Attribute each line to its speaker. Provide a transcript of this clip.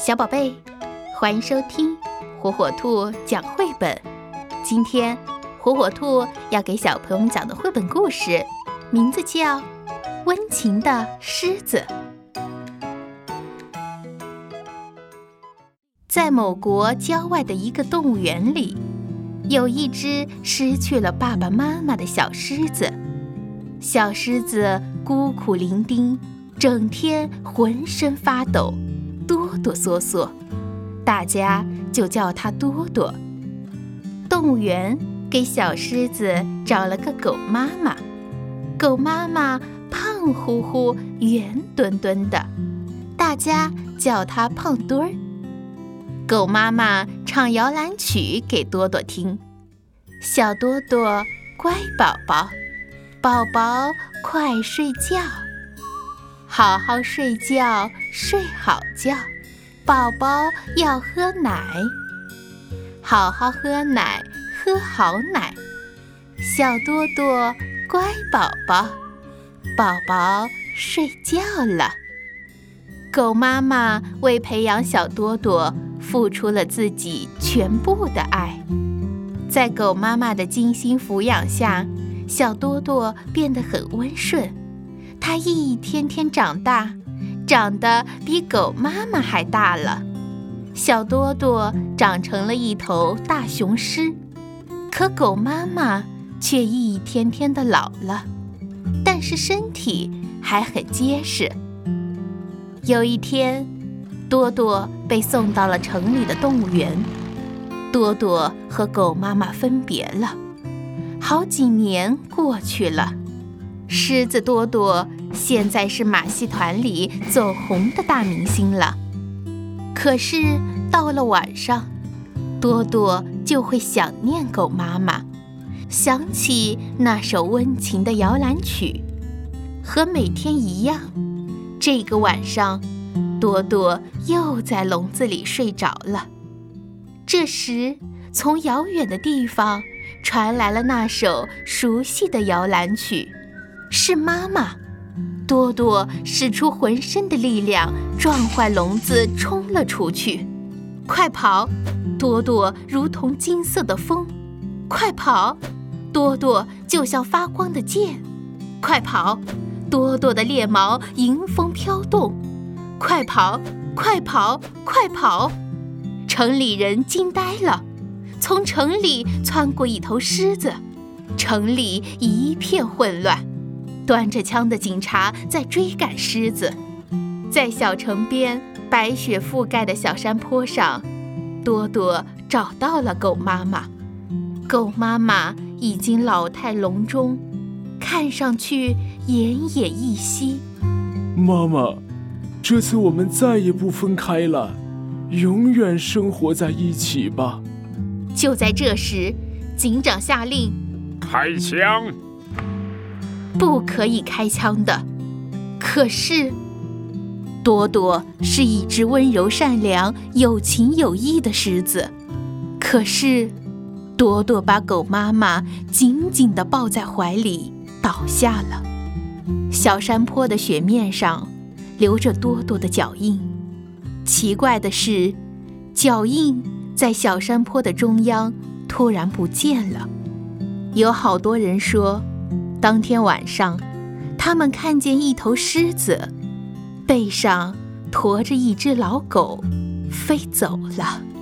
Speaker 1: 小宝贝，欢迎收听火火兔讲绘本。今天火火兔要给小朋友们讲的绘本故事名字叫《温情的狮子》。在某国郊外的一个动物园里，有一只失去了爸爸妈妈的小狮子。小狮子孤苦伶仃，整天浑身发抖，哆哆嗦嗦，大家就叫它多多。动物园给小狮子找了个狗妈妈，狗妈妈胖乎乎、圆墩墩的，大家叫它胖墩儿。狗妈妈唱摇篮曲给多多听，小多多乖宝宝，宝宝快睡觉，好好睡觉，睡好觉，宝宝要喝奶，好好喝奶，喝好奶，小多多乖宝宝，宝宝睡觉了。狗妈妈为培养小多多付出了自己全部的爱，在狗妈妈的精心抚养下，小多多变得很温顺，它一天天长大，长得比狗妈妈还大了。小多多长成了一头大雄狮，可狗妈妈却一天天的老了，但是身体还很结实。有一天，多多被送到了城里的动物园。多多和狗妈妈分别了，好几年过去了。狮子多多现在是马戏团里走红的大明星了。可是到了晚上，多多就会想念狗妈妈，想起那首温情的摇篮曲。和每天一样，这个晚上，多多又在笼子里睡着了。这时，从遥远的地方传来了那首熟悉的摇篮曲，是妈妈。多多使出浑身的力量，撞坏笼子，冲了出去。快跑！多多如同金色的风。快跑！多多就像发光的箭。快跑！多多的猎毛迎风飘动。快跑！快跑！快跑！城里人惊呆了。从城里窜过一头狮子，城里一片混乱。端着枪的警察在追赶狮子。在小城边白雪覆盖的小山坡上，多多找到了狗妈妈。狗妈妈已经老态龙钟，看上去奄奄一息。
Speaker 2: 妈妈，这次我们再也不分开了，永远生活在一起吧。
Speaker 1: 就在这时，警长下令
Speaker 3: 开枪。
Speaker 1: 不可以开枪的。可是多多是一只温柔善良、有情有义的狮子。可是多多把狗妈妈紧紧地抱在怀里，倒下了。小山坡的雪面上留着多多的脚印。奇怪的是，脚印在小山坡的中央突然不见了。有好多人说，当天晚上，他们看见一头狮子，背上驮着一只老狗，飞走了。